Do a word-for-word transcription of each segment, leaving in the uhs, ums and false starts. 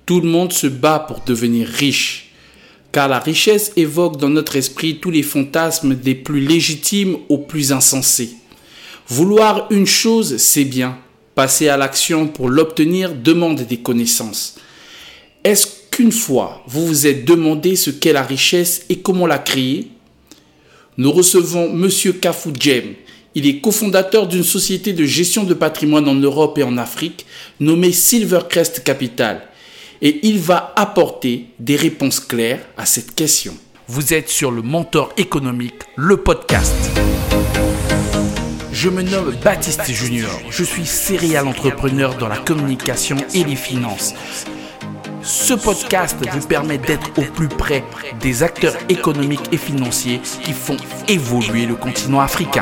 Tout le monde se bat pour devenir riche, car la richesse évoque dans notre esprit tous les fantasmes des plus légitimes aux plus insensés. Vouloir une chose, c'est bien. Passer à l'action pour l'obtenir demande des connaissances. Est-ce qu'une fois, vous vous êtes demandé ce qu'est la richesse et comment la créer? Nous recevons Monsieur Kafou Djem. Il est cofondateur d'une société de gestion de patrimoine en Europe et en Afrique, nommée Silvercrest Capital. Et il va apporter des réponses claires à cette question. Vous êtes sur le Mentor économique, le podcast. Je me nomme Baptiste Junior. Je suis serial entrepreneur dans la communication et les finances. Ce podcast vous permet d'être au plus près des acteurs économiques et financiers qui font évoluer le continent africain.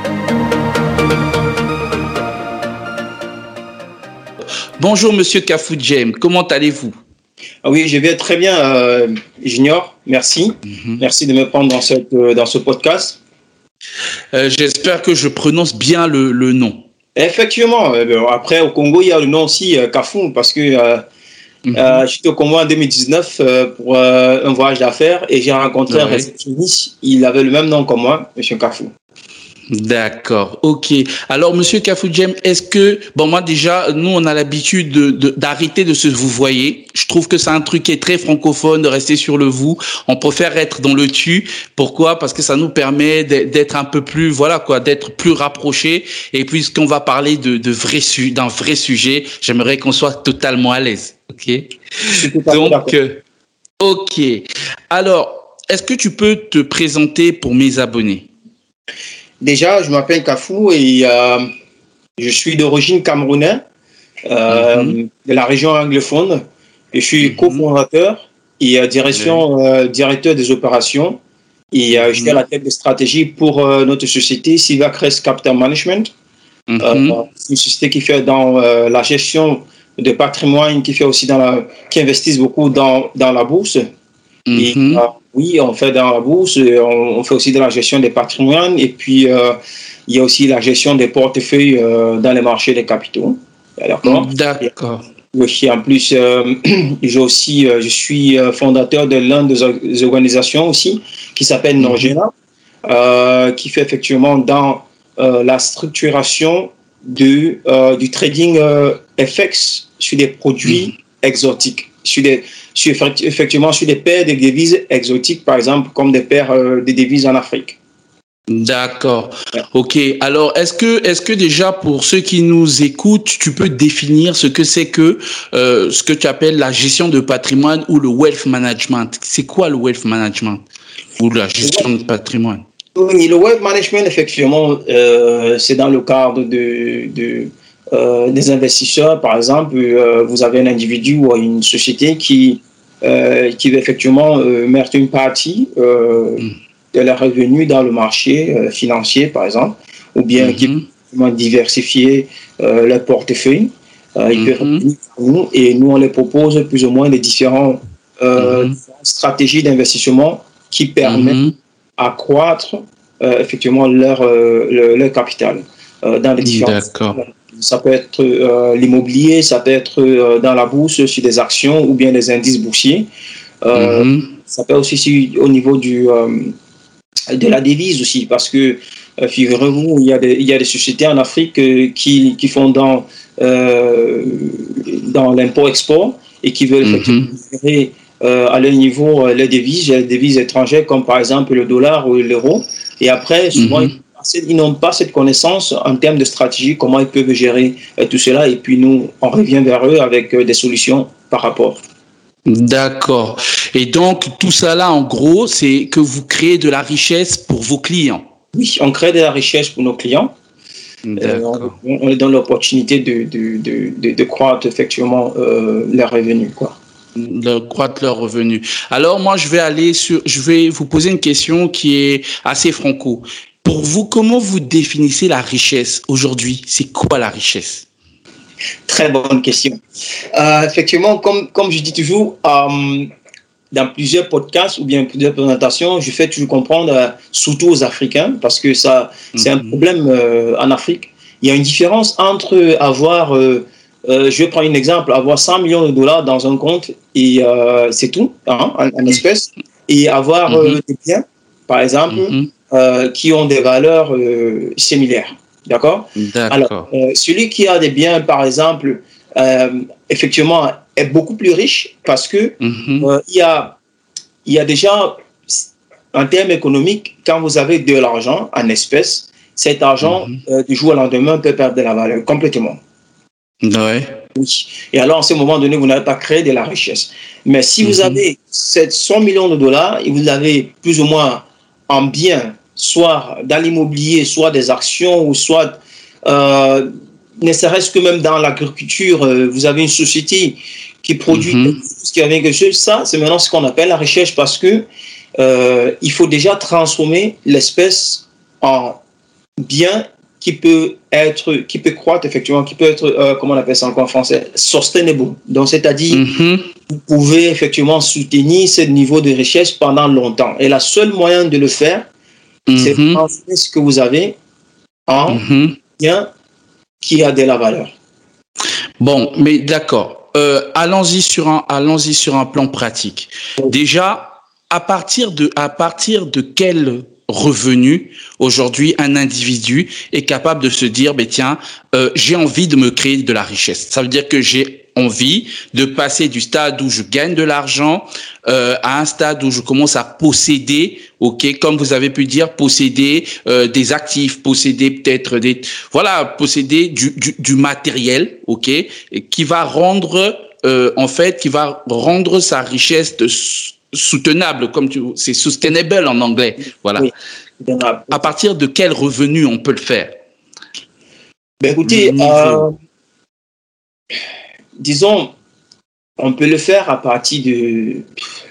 Bonjour Monsieur Kafou Djem, comment allez-vous? Ah oui, je vais très bien, euh, Junior. Merci. Mm-hmm. Merci de me prendre dans, cette, euh, dans ce podcast. Euh, j'espère que je prononce bien le, le nom. Effectivement. Euh, après, au Congo, il y a le nom aussi, euh, Kafou, parce que euh, mm-hmm. euh, j'étais au Congo en deux mille dix-neuf euh, pour euh, un voyage d'affaires et j'ai rencontré ouais. un réceptionniste. Il avait le même nom que moi, Monsieur Kafou. D'accord, ok. Alors, Monsieur Kafou Djem, est-ce que, bon, moi déjà, nous, on a l'habitude de, de, d'arrêter de se vous voyer. Je trouve que c'est un truc qui est très francophone, de rester sur le vous. On préfère être dans le tu. Pourquoi? Parce que ça nous permet d'être un peu plus, voilà quoi, d'être plus rapprochés. Et puisqu'on va parler de, de vrais su, d'un vrai sujet, j'aimerais qu'on soit totalement à l'aise, ok? Donc, euh, ok. Alors, est-ce que tu peux te présenter pour mes abonnés? Déjà, je m'appelle Kafou et euh, je suis d'origine camerounaise, euh, mm-hmm. de la région anglophone. Je suis mm-hmm. cofondateur et euh, direction, euh, directeur des opérations. Et euh, mm-hmm. je suis à la tête des stratégies pour euh, notre société Silvercrest Capital Management. Mm-hmm. Euh, c'est une société qui fait dans euh, la gestion de patrimoine, qui fait aussi dans la, qui investit beaucoup dans, dans la bourse. Mm-hmm. Et, euh, oui, on fait dans la bourse, on, on fait aussi de la gestion des patrimoines et puis euh, il y a aussi la gestion des portefeuilles euh, dans les marchés des capitaux. D'accord. D'accord. Oui, en plus, euh, j'ai aussi, euh, je suis fondateur de l'un des organisations aussi qui s'appelle mm-hmm. Norgena, euh, qui fait effectivement dans euh, la structuration de, euh, du trading euh, F X sur des produits mm-hmm. exotiques, sur des Sur, effectivement sur des paires de devises exotiques, par exemple, comme des paires euh, de devises en Afrique. D'accord. Ouais. Ok. Alors, est-ce que, est-ce que déjà, pour ceux qui nous écoutent, tu peux définir ce que c'est que euh, ce que tu appelles la gestion de patrimoine ou le wealth management? C'est quoi le wealth management ou la gestion de patrimoine? Oui, le wealth management, effectivement, euh, c'est dans le cadre de, de euh, des investisseurs. Par exemple, euh, vous avez un individu ou une société qui Euh, qui va effectivement euh, mettre une partie euh, mm. de leurs revenus dans le marché euh, financier, par exemple, ou bien mm-hmm. qui peut diversifier euh, leur portefeuille. Euh, ils mm-hmm. peuvent revenir à nous et nous, on les propose plus ou moins les différents, euh, mm-hmm. différentes stratégies d'investissement qui permettent d'accroître mm-hmm. euh, effectivement leur, euh, leur, leur capital euh, dans les différents. D'accord. Ça peut être euh, l'immobilier, ça peut être euh, dans la bourse sur des actions ou bien des indices boursiers. Euh, mm-hmm. Ça peut aussi sur, au niveau du, euh, de la devise aussi, parce que euh, figurez-vous, il y a des, il y a des sociétés en Afrique euh, qui, qui font dans, euh, dans l'import-export et qui veulent effectivement gérer euh, à leur niveau euh, les devises, les devises étrangères comme par exemple le dollar ou l'euro. Et après, souvent, mm-hmm. ils n'ont pas cette connaissance en termes de stratégie, comment ils peuvent gérer euh, tout cela. Et puis nous, on revient vers eux avec euh, des solutions par rapport. D'accord. Et donc, tout ça là, en gros, c'est que vous créez de la richesse pour vos clients. Oui, on crée de la richesse pour nos clients. Euh, on, on leur donne l'opportunité de, de, de, de, de croître effectivement euh, leurs revenus, quoi. De croître leurs revenus. Alors, moi, je vais aller sur, je vais vous poser une question qui est assez franco. Pour vous, comment vous définissez la richesse aujourd'hui? C'est quoi la richesse? Très bonne question. Euh, effectivement, comme, comme je dis toujours, euh, dans plusieurs podcasts ou bien plusieurs présentations, je fais toujours comprendre, euh, surtout aux Africains, parce que ça, c'est mm-hmm. un problème euh, en Afrique. Il y a une différence entre avoir euh, euh, je vais prendre un exemple, avoir cent millions de dollars dans un compte et euh, c'est tout, hein, en, en espèces, et avoir euh, mm-hmm. des biens, par exemple, mm-hmm. euh, qui ont des valeurs euh, similaires. D'accord? Alors, euh, celui qui a des biens, par exemple, euh, effectivement, est beaucoup plus riche parce que mm-hmm. euh, il y a, il y a déjà, en termes économiques, quand vous avez de l'argent en espèces, cet argent, mm-hmm. euh, du jour au lendemain, peut perdre de la valeur complètement. Ouais. Oui. Et alors, à ce moment donné, vous n'avez pas créé de la richesse. Mais si mm-hmm. vous avez cent millions de dollars et vous l'avez plus ou moins en biens, soit dans l'immobilier, soit des actions, ou soit, euh, ne serait-ce que même dans l'agriculture, euh, vous avez une société qui produit mm-hmm. quelque chose, qui a quelque chose, ça, c'est maintenant ce qu'on appelle la richesse parce que euh, il faut déjà transformer l'espèce en bien qui peut être, qui peut croître effectivement, qui peut être, euh, comment on appelle ça encore en français, sustainable. Donc, c'est-à-dire, mm-hmm. vous pouvez effectivement soutenir ce niveau de richesse pendant longtemps. Et la seule moyen de le faire, mm-hmm. c'est de transformer ce que vous avez en mm-hmm. bien qui a de la valeur. Bon, mais d'accord. Euh, allons-y sur un, allons-y sur un plan pratique. Oui. Déjà, à partir de, à partir de quel revenu aujourd'hui un individu est capable de se dire, ben tiens, euh, j'ai envie de me créer de la richesse. Ça veut dire que j'ai envie de passer du stade où je gagne de l'argent euh, à un stade où je commence à posséder, ok, comme vous avez pu dire, posséder euh, des actifs, posséder peut-être des, voilà, posséder du, du, du matériel, ok, qui va rendre, euh, en fait, qui va rendre sa richesse de, soutenable, comme tu, c'est sustainable en anglais, voilà. Oui. À partir de quel revenu on peut le faire? Ben écoutez, euh, disons, on peut le faire à partir de,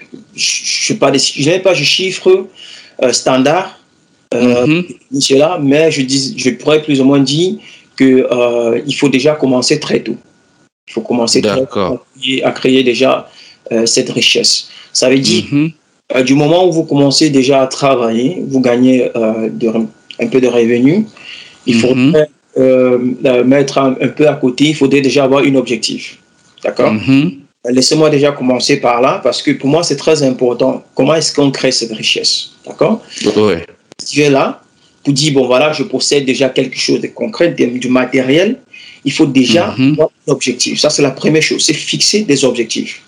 je ne sais pas, je n'ai pas de chiffres euh, standard, euh, mm-hmm. là, mais je, dis, je pourrais plus ou moins dire qu'il euh, faut déjà commencer très tôt. Il faut commencer très tôt à créer, à créer déjà euh, cette richesse. Ça veut dire, mm-hmm. euh, du moment où vous commencez déjà à travailler, vous gagnez euh, de, un peu de revenus, il mm-hmm. faudrait euh, mettre un, un peu à côté, il faudrait déjà avoir un objectif. D'accord? Mm-hmm. Laissez-moi déjà commencer par là, parce que pour moi, c'est très important. Comment est-ce qu'on crée cette richesse? D'accord? Ouais. Si tu es là, pour dire, bon voilà, je possède déjà quelque chose de concret, du matériel, il faut déjà mm-hmm. avoir un objectif. Ça, c'est la première chose, c'est fixer des objectifs.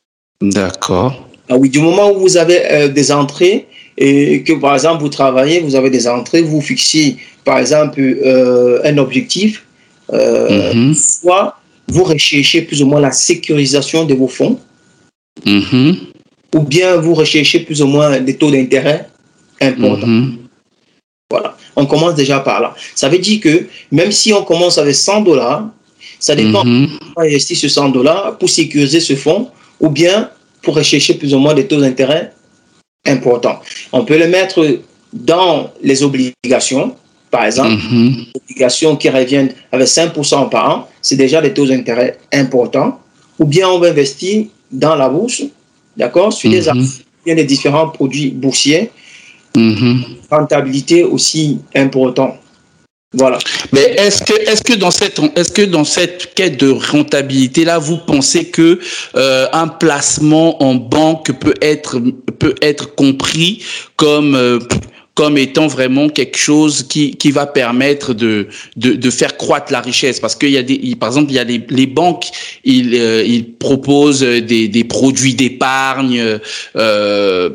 D'accord. Ah oui, du moment où vous avez euh, des entrées et que, par exemple, vous travaillez, vous avez des entrées, vous fixez, par exemple, euh, un objectif, euh, mm-hmm. soit vous recherchez plus ou moins la sécurisation de vos fonds, mm-hmm. ou bien vous recherchez plus ou moins des taux d'intérêt importants. Mm-hmm. Voilà, on commence déjà par là. Ça veut dire que même si on commence avec cent dollars, ça dépend mm-hmm. on va investir ce cent dollars pour sécuriser ce fonds, ou bien pour rechercher plus ou moins des taux d'intérêt importants. On peut les mettre dans les obligations, par exemple, mm-hmm. les obligations qui reviennent avec cinq pour cent par an, c'est déjà des taux d'intérêt importants. Ou bien on va investir dans la bourse, d'accord, sur mm-hmm. des actions, des différents produits boursiers, mm-hmm. rentabilité aussi importante. Voilà. Mais est-ce que, est-ce que dans cette, est-ce que dans cette quête de rentabilité là, vous pensez que euh, un placement en banque peut être peut être compris comme euh, comme étant vraiment quelque chose qui qui va permettre de de, de faire croître la richesse, parce qu'il y a des, par exemple, il y a les, les banques, ils euh, ils proposent des des produits d'épargne euh,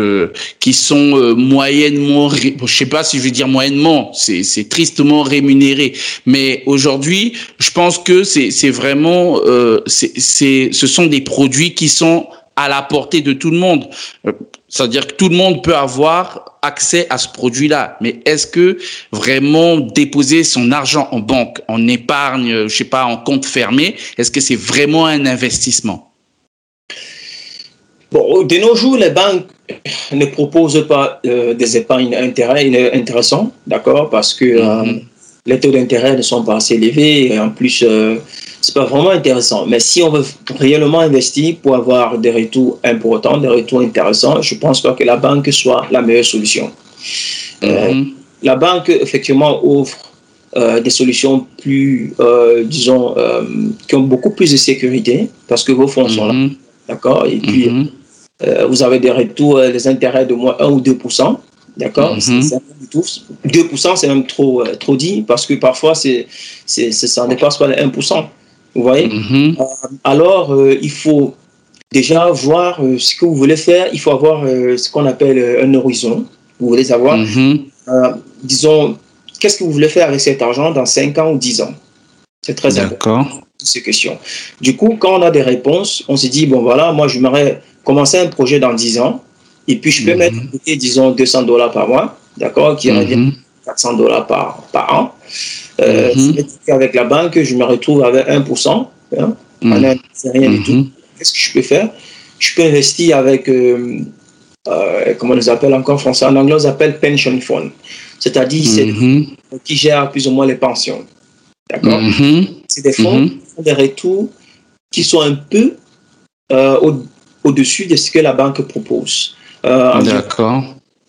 qui sont euh, moyennement, je sais pas si je vais dire moyennement, c'est c'est tristement rémunérés, mais aujourd'hui, je pense que c'est c'est vraiment euh, c'est c'est ce sont des produits qui sont à la portée de tout le monde. C'est-à-dire que tout le monde peut avoir accès à ce produit-là. Mais est-ce que vraiment déposer son argent en banque, en épargne, je sais pas, en compte fermé, est-ce que c'est vraiment un investissement? Bon, de nos jours, les banques ne proposent pas euh, des épargnes intérêts intéressants, d'accord, parce que mm-hmm. euh, les taux d'intérêt ne sont pas assez élevés et en plus, euh, c'est pas vraiment intéressant. Mais si on veut réellement investir pour avoir des retours importants, des retours intéressants, je pense pas que la banque soit la meilleure solution. Mm-hmm. Euh, la banque, effectivement, offre euh, des solutions plus, euh, disons, euh, qui ont beaucoup plus de sécurité parce que vos fonds mm-hmm. sont là. D'accord? Et puis, mm-hmm. euh, vous avez des retours, euh, des intérêts de moins un ou deux pour cent. D'accord? Mm-hmm. C'est, c'est tout. deux pour cent, c'est même trop, euh, trop dit parce que parfois, c'est, c'est, c'est, ça ne dépasse pas les un pour cent. Vous voyez? Mm-hmm. euh, alors, euh, il faut déjà voir euh, ce que vous voulez faire. Il faut avoir euh, ce qu'on appelle euh, un horizon. Vous voulez savoir, mm-hmm. euh, disons, qu'est-ce que vous voulez faire avec cet argent dans cinq ans ou dix ans? C'est très D'accord. important, ces questions. Du coup, quand on a des réponses, on se dit, bon, voilà, moi, j'aimerais commencer un projet dans dix ans, et puis je peux mm-hmm. mettre, disons, deux cents dollars par mois, d'accord, qui mm-hmm. revient quatre cents dollars par, par an. Euh, mm-hmm. Avec la banque, je me retrouve avec un pour cent, hein, mm-hmm. c'est rien mm-hmm. du tout. Qu'est-ce que je peux faire? Je peux investir avec, euh, euh, comment on les appelle encore en français? En anglais, on les appelle pension fund. C'est-à-dire, mm-hmm. c'est qui gère plus ou moins les pensions. D'accord? Mm-hmm. C'est des fonds mm-hmm. qui font des retours qui sont un peu euh, au, au-dessus de ce que la banque propose. Euh, D'accord.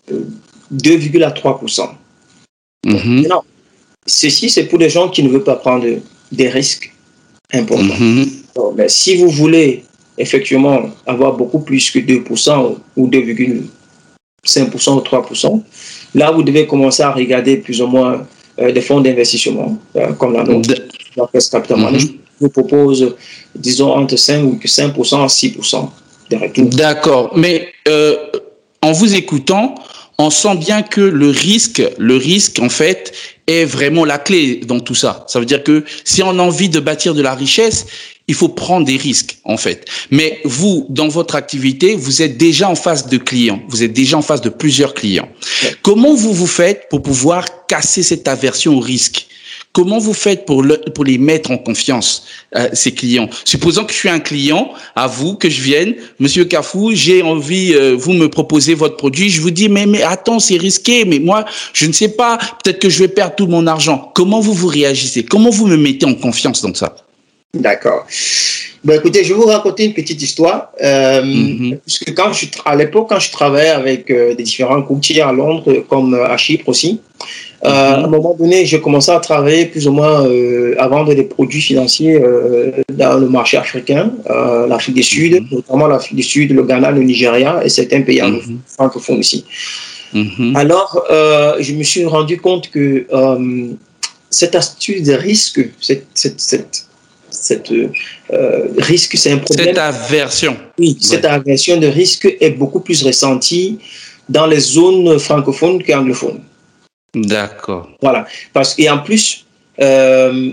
deux virgule trois pour cent. Mm-hmm. Maintenant, ceci, c'est pour les gens qui ne veulent pas prendre des risques importants. Mm-hmm. Donc, mais si vous voulez effectivement avoir beaucoup plus que deux pour cent ou deux virgule cinq pour cent ou trois pour cent, là, vous devez commencer à regarder plus ou moins euh, des fonds d'investissement, euh, comme la nôtre, de... la Caisse Capital Management, mm-hmm. vous propose, disons, entre cinq pour cent et six pour cent de retour. D'accord. Mais euh, en vous écoutant, on sent bien que le risque, le risque, en fait, est vraiment la clé dans tout ça. Ça veut dire que si on a envie de bâtir de la richesse, il faut prendre des risques, en fait. Mais vous, dans votre activité, vous êtes déjà en face de clients. Vous êtes déjà en face de plusieurs clients. Ouais. Comment vous vous faites pour pouvoir casser cette aversion au risque? Comment vous faites pour, le, pour les mettre en confiance, euh, ces clients? Supposons que je suis un client, à vous, que je vienne, Monsieur Kafou, j'ai envie, euh, vous me proposez votre produit, je vous dis, mais, mais attends, c'est risqué, mais moi, je ne sais pas, peut-être que je vais perdre tout mon argent. Comment vous vous réagissez? Comment vous me mettez en confiance dans ça? D'accord. Bon, écoutez, je vais vous raconter une petite histoire. Euh, mm-hmm. Puisque quand je, à l'époque, quand je travaillais avec euh, des différents courtiers à Londres, comme à Chypre aussi, euh, mm-hmm. à un moment donné, j'ai commencé à travailler plus ou moins euh, à vendre des produits financiers euh, dans le marché africain, euh, l'Afrique du Sud, mm-hmm. notamment l'Afrique du Sud, le Ghana, le Nigeria et certains pays mm-hmm. francophones aussi. Mm-hmm. Alors, euh, je me suis rendu compte que euh, cette astuce de risque, cette, cette, cette Cette euh, risque, c'est un problème. Cette aversion. Oui, cette ouais. aversion de risque est beaucoup plus ressentie dans les zones francophones qu'anglophones. D'accord. Voilà. Parce et en plus, euh,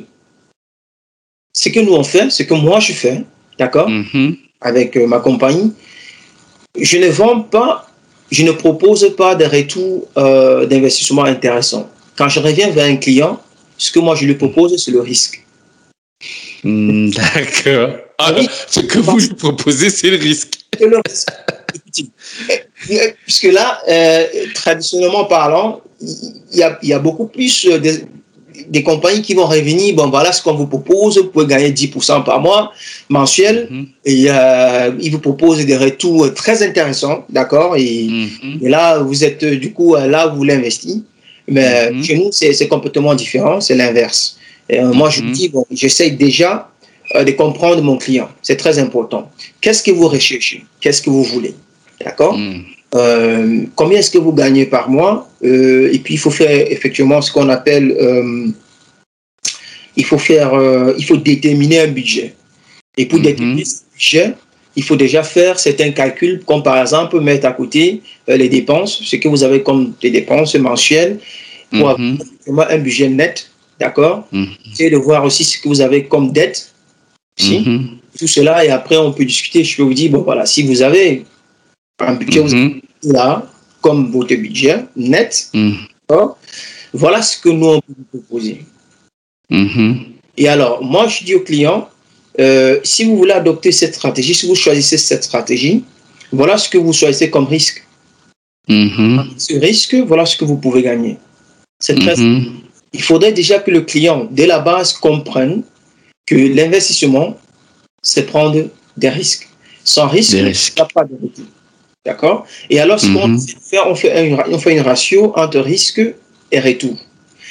ce que nous on fait, ce que moi je fais, d'accord, mm-hmm. avec euh, ma compagnie, je ne vends pas, je ne propose pas des retours euh, d'investissement intéressants. Quand je reviens vers un client, ce que moi je lui propose, c'est le risque. Mmh, d'accord. Ah, oui. Ce que vous lui proposez, c'est le risque. C'est le risque. Puisque là, euh, traditionnellement parlant, il y a, il y a beaucoup plus de, des compagnies qui vont revenir. Bon, voilà ce qu'on vous propose. Vous pouvez gagner dix pour cent par mois mensuel. Mm-hmm. Et euh, ils vous proposent des retours très intéressants. D'accord. Et, mm-hmm. et là, vous êtes du coup là où vous voulez investir. Mais mm-hmm. chez nous, c'est, c'est complètement différent. C'est l'inverse. Et, euh, mm-hmm. Moi, je me dis, bon, j'essaie déjà euh, de comprendre mon client. C'est très important. Qu'est-ce que vous recherchez? Qu'est-ce que vous voulez? D'accord? Mm. Euh, combien est-ce que vous gagnez par mois? euh, Et puis, il faut faire effectivement ce qu'on appelle... Euh, il faut faire... Euh, il faut déterminer un budget. Et pour mm-hmm. déterminer ce budget, il faut déjà faire certains calculs, comme par exemple mettre à côté euh, les dépenses, ce que vous avez comme des dépenses mensuelles, pour mm-hmm. avoir un budget net. D'accord? Mm-hmm. C'est de voir aussi ce que vous avez comme dette. Si, mm-hmm. tout cela, et après, on peut discuter. Je peux vous dire, bon, voilà, si vous avez un budget mm-hmm. là, comme votre budget net, mm-hmm. voilà ce que nous, on peut vous proposer. Mm-hmm. Et alors, moi, je dis aux clients, euh, si vous voulez adopter cette stratégie, si vous choisissez cette stratégie, voilà ce que vous choisissez comme risque. Mm-hmm. Ce risque, voilà ce que vous pouvez gagner. C'est très mm-hmm. simple. Il faudrait déjà que le client, dès la base, comprenne que l'investissement, c'est prendre des risques. Sans risque, il n'y a pas de retour. D'accord? Et alors, ce mm-hmm. qu'on fait, on fait, un, on fait une ratio entre risque et retour.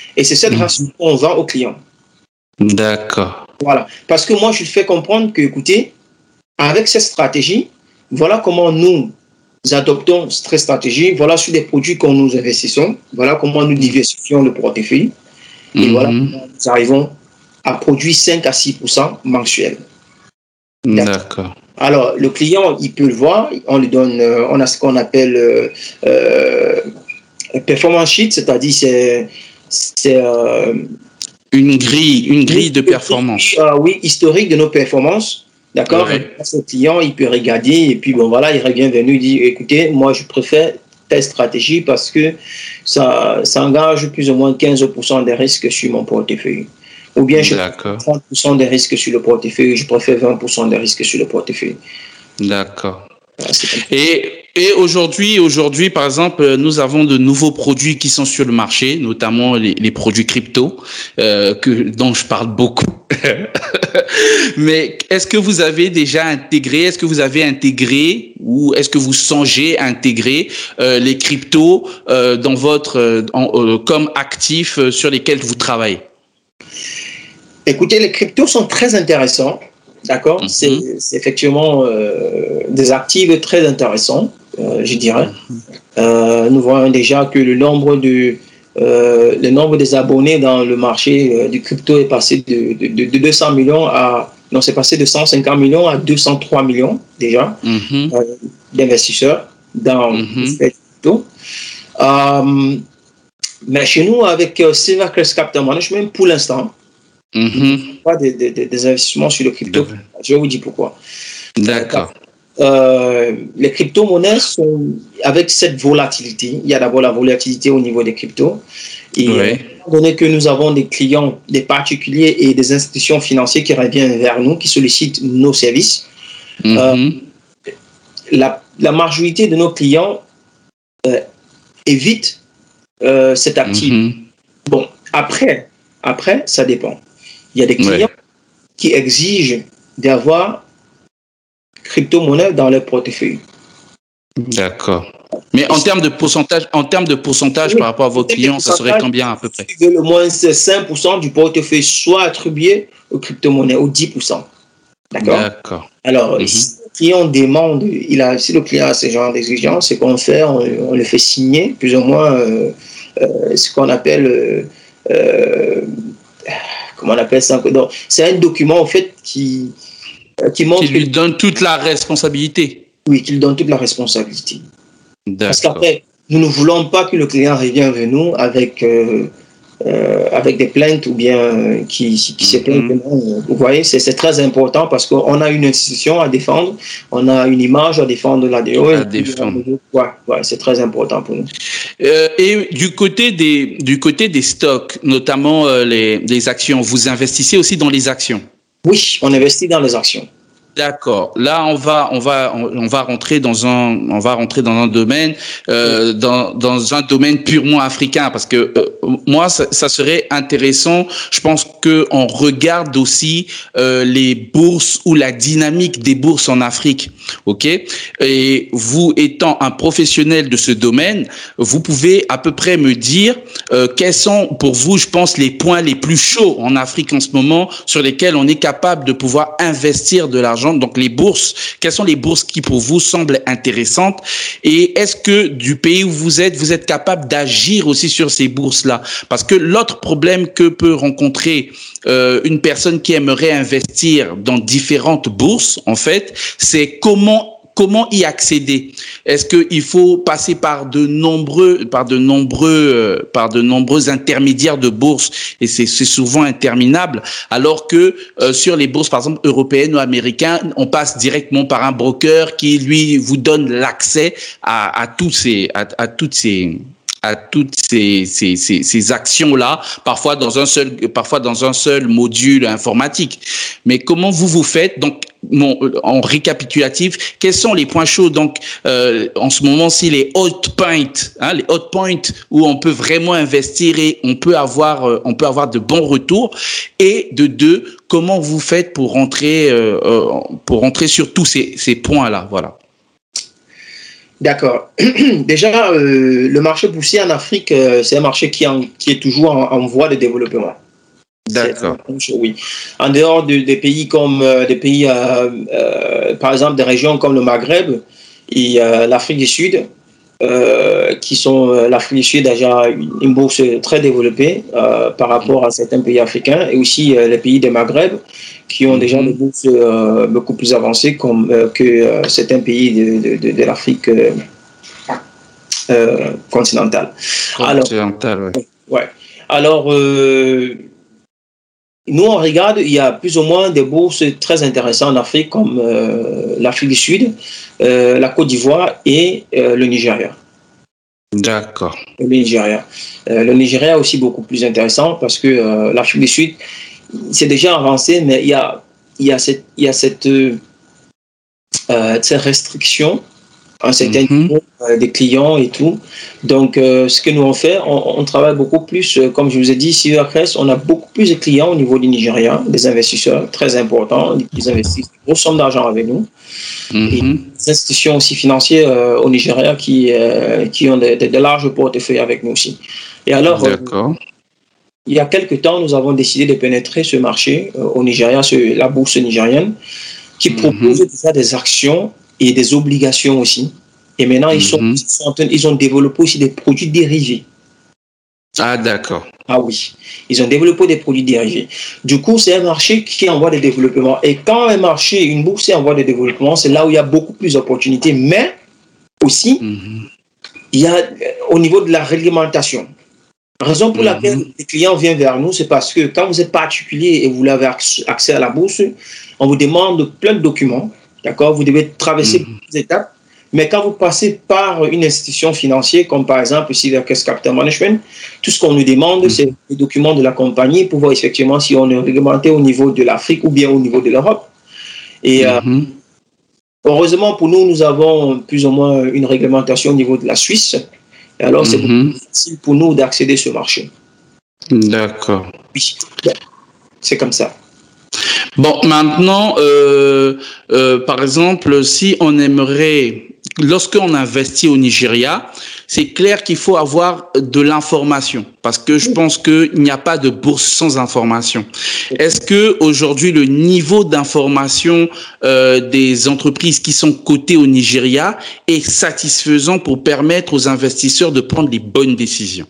Et c'est cette mmh. ration qu'on vend aux clients. D'accord. Voilà. Parce que moi, je fais comprendre que, écoutez, avec cette stratégie, voilà comment nous adoptons cette stratégie. Voilà sur des produits qu'on nous investissons. Voilà comment nous diversifions le portefeuille. Et mmh. voilà comment nous arrivons à produire cinq à six pour cent mensuels. D'accord. Alors, le client, il peut le voir. On lui donne, euh, on a ce qu'on appelle euh, euh, performance sheet, c'est-à-dire c'est, c'est euh, une grille, une grille de performance. Euh, oui, historique de nos performances. D'accord. Ouais. Le client, il peut regarder et puis bon voilà, il revient vers nous, il dit écoutez, moi je préfère telle stratégie parce que ça, ça engage plus ou moins quinze pour cent des risques sur mon portefeuille. Ou bien je préfère trente pour cent des risques sur le portefeuille, je préfère vingt pour cent des risques sur le portefeuille. D'accord. Et, et aujourd'hui, aujourd'hui, par exemple, nous avons de nouveaux produits qui sont sur le marché, notamment les, les produits crypto, euh, que, dont je parle beaucoup. Mais est-ce que vous avez déjà intégré, est-ce que vous avez intégré ou est-ce que vous songez à intégrer euh, les cryptos euh, dans votre, euh, en, euh, comme actifs euh, sur lesquels vous travaillez? Écoutez, les cryptos sont très intéressants. D'accord, mm-hmm. c'est, c'est effectivement euh, des actifs très intéressants, euh, je dirais. Mm-hmm. Euh, nous voyons déjà que le nombre de euh, le nombre des abonnés dans le marché euh, du crypto est passé de, de, de deux cents millions à non, c'est passé de cent cinquante millions à deux cent trois millions déjà mm-hmm. euh, d'investisseurs dans mm-hmm. le crypto. Euh, mais chez nous, avec euh, Silvercrest Capital Management, pour l'instant. Mm-hmm. Pas des, des, des investissements sur le crypto. D'accord. Je vais vous dire pourquoi. D'accord. Euh, les crypto-monnaies sont avec cette volatilité. Il y a d'abord la volatilité au niveau des cryptos. Et ouais. étant donné que nous avons des clients, des particuliers et des institutions financières qui reviennent vers nous, qui sollicitent nos services, mm-hmm. euh, la, la majorité de nos clients euh, évitent euh, cet actif. Mm-hmm. Bon, après, après, ça dépend. Il y a des clients ouais. qui exigent d'avoir crypto-monnaie dans leur portefeuille. D'accord. Mais en termes de pourcentage, en termes de pourcentage oui, par rapport à vos clients, ça serait combien à peu près? Le moins cinq pour cent du portefeuille soit attribué aux crypto-monnaies, aux dix pour cent. D'accord. D'accord. Alors, mm-hmm. si le client demande, il a, si le client a ce genre d'exigence, c'est qu'on fait, on, on le fait signer plus ou moins euh, euh, ce qu'on appelle euh, euh, comment on appelle ça? Donc, c'est un document en fait qui qui montre qui lui que, donne toute la responsabilité. Oui, qui lui donne toute la responsabilité. D'accord. Parce qu'après, nous ne voulons pas que le client revienne vers nous avec euh, euh, avec des plaintes ou bien euh, qui qui, qui mm-hmm. se plaignent. Vous voyez, c'est, c'est très important parce qu'on a une institution à défendre, on a une image à défendre là-dedans. À défendre. Ouais, ouais, c'est très important pour nous. Euh, et du côté des du côté des stocks, notamment euh, les les actions, vous investissez aussi dans les actions? Oui, on investit dans les actions. D'accord. Là, on va, on va, on, on va rentrer dans un, on va rentrer dans un domaine, euh, dans, dans un domaine purement africain, parce que euh, moi, ça, ça serait intéressant. Je pense que on regarde aussi euh, les bourses ou la dynamique des bourses en Afrique. Ok. Et vous étant un professionnel de ce domaine, vous pouvez à peu près me dire euh, quels sont pour vous, je pense, les points les plus chauds en Afrique en ce moment sur lesquels on est capable de pouvoir investir de l'argent. Donc les bourses, quelles sont les bourses qui pour vous semblent intéressantes et est-ce que du pays où vous êtes, vous êtes capable d'agir aussi sur ces bourses-là? Parce que l'autre problème que peut rencontrer euh, une personne qui aimerait investir dans différentes bourses, en fait, c'est comment Comment y accéder? Est-ce qu'il faut passer par de nombreux, par de nombreux, euh, par de nombreux intermédiaires de bourses et c'est, c'est souvent interminable, alors que euh, sur les bourses, par exemple européennes ou américaines, on passe directement par un broker qui lui vous donne l'accès à, à tous ces, à, à toutes ces à toutes ces, ces, ces, ces actions-là, parfois dans un seul, parfois dans un seul module informatique. Mais comment vous vous faites? Donc, mon, en récapitulatif, quels sont les points chauds? Donc, euh, en ce moment, si les hot points, hein, les hot points où on peut vraiment investir et on peut avoir, euh, on peut avoir de bons retours. Et de deux, comment vous faites pour rentrer, euh, pour rentrer sur tous ces, ces points-là? Voilà. D'accord. Déjà, euh, le marché boursier en Afrique, euh, c'est un marché qui, en, qui est toujours en, en voie de développement. D'accord. Oui. En dehors de, des pays comme euh, des pays, euh, euh, par exemple, des régions comme le Maghreb et euh, l'Afrique du Sud, euh, qui sont euh, l'Afrique du Sud a déjà une, une bourse très développée euh, par rapport à certains pays africains, et aussi euh, les pays des Maghreb qui ont mm-hmm. déjà des bourses euh, beaucoup plus avancées comme, euh, que euh, certains pays de, de, de, de l'Afrique euh, euh, continentale. Continentale, oui. Ouais. Alors, euh, nous, on regarde, il y a plus ou moins des bourses très intéressantes en Afrique, comme euh, l'Afrique du Sud, euh, la Côte d'Ivoire et euh, le Nigeria. D'accord. Le Nigeria. Euh, le Nigeria est aussi beaucoup plus intéressant parce que euh, l'Afrique du Sud, c'est déjà avancé, mais il y a, il y a cette, il y a cette, euh, cette restriction à un certain mm-hmm. niveau euh, des clients et tout. Donc, euh, ce que nous on fait, on, on travaille beaucoup plus, euh, comme je vous ai dit, ici à Crest, on a beaucoup plus de clients au niveau du Nigeria, des investisseurs très importants, qui investissent une grosse somme d'argent avec nous. Mm-hmm. Et des institutions aussi financières euh, au Nigeria qui, euh, qui ont de, de, de larges portefeuilles avec nous aussi. Et alors, D'accord. Euh, il y a quelques temps, nous avons décidé de pénétrer ce marché euh, au Nigeria, ce, la bourse nigérienne, qui mm-hmm. propose déjà des actions et des obligations aussi. Et maintenant, mm-hmm. ils, sont, ils, sont, ils ont développé aussi des produits dérivés. Ah, d'accord. Ah oui, ils ont développé des produits dérivés. Du coup, c'est un marché qui est en voie de développement. Et quand un marché, une bourse est en voie de développement, c'est là où il y a beaucoup plus d'opportunités. Mais aussi, mm-hmm. il y a au niveau de la réglementation. La raison pour laquelle mm-hmm. les clients viennent vers nous, c'est parce que quand vous êtes particulier et vous avez accès à la bourse, on vous demande plein de documents. D'accord? Vous devez traverser mm-hmm. toutes les étapes. Mais quand vous passez par une institution financière, comme par exemple ici la Caisse Capital Management, tout ce qu'on nous demande, mm-hmm. c'est les documents de la compagnie pour voir effectivement si on est réglementé au niveau de l'Afrique ou bien au niveau de l'Europe. Et mm-hmm. euh, heureusement pour nous, nous avons plus ou moins une réglementation au niveau de la Suisse. Et alors, c'est mm-hmm. beaucoup plus facile pour nous d'accéder à ce marché. D'accord. Oui, bon, c'est comme ça. Bon, maintenant, euh, euh, par exemple, si on aimerait, lorsqu'on investit au Nigeria, c'est clair qu'il faut avoir de l'information parce que je pense qu'il n'y a pas de bourse sans information. Est-ce que aujourd'hui le niveau d'information euh, des entreprises qui sont cotées au Nigeria est satisfaisant pour permettre aux investisseurs de prendre les bonnes décisions?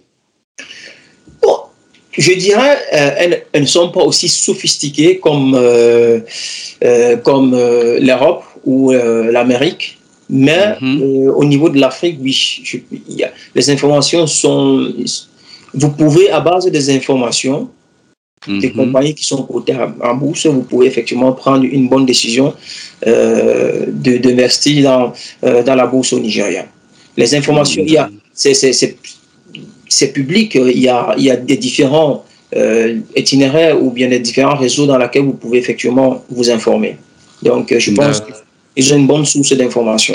Je dirais euh, elles, elles ne sont pas aussi sophistiquées comme, euh, euh, comme euh, l'Europe ou euh, l'Amérique, mais mm-hmm. euh, au niveau de l'Afrique, oui, je, y a, les informations sont... Vous pouvez, à base des informations mm-hmm. des compagnies qui sont cotées en bourse, vous pouvez effectivement prendre une bonne décision euh, de, d'investir dans, euh, dans la bourse au Nigeria. Les informations, mm-hmm. il y a... C'est, c'est, c'est, c'est public, il y a, il y a des différents euh, itinéraires ou bien des différents réseaux dans lesquels vous pouvez effectivement vous informer. Donc, je pense qu'ils ont une bonne source d'information.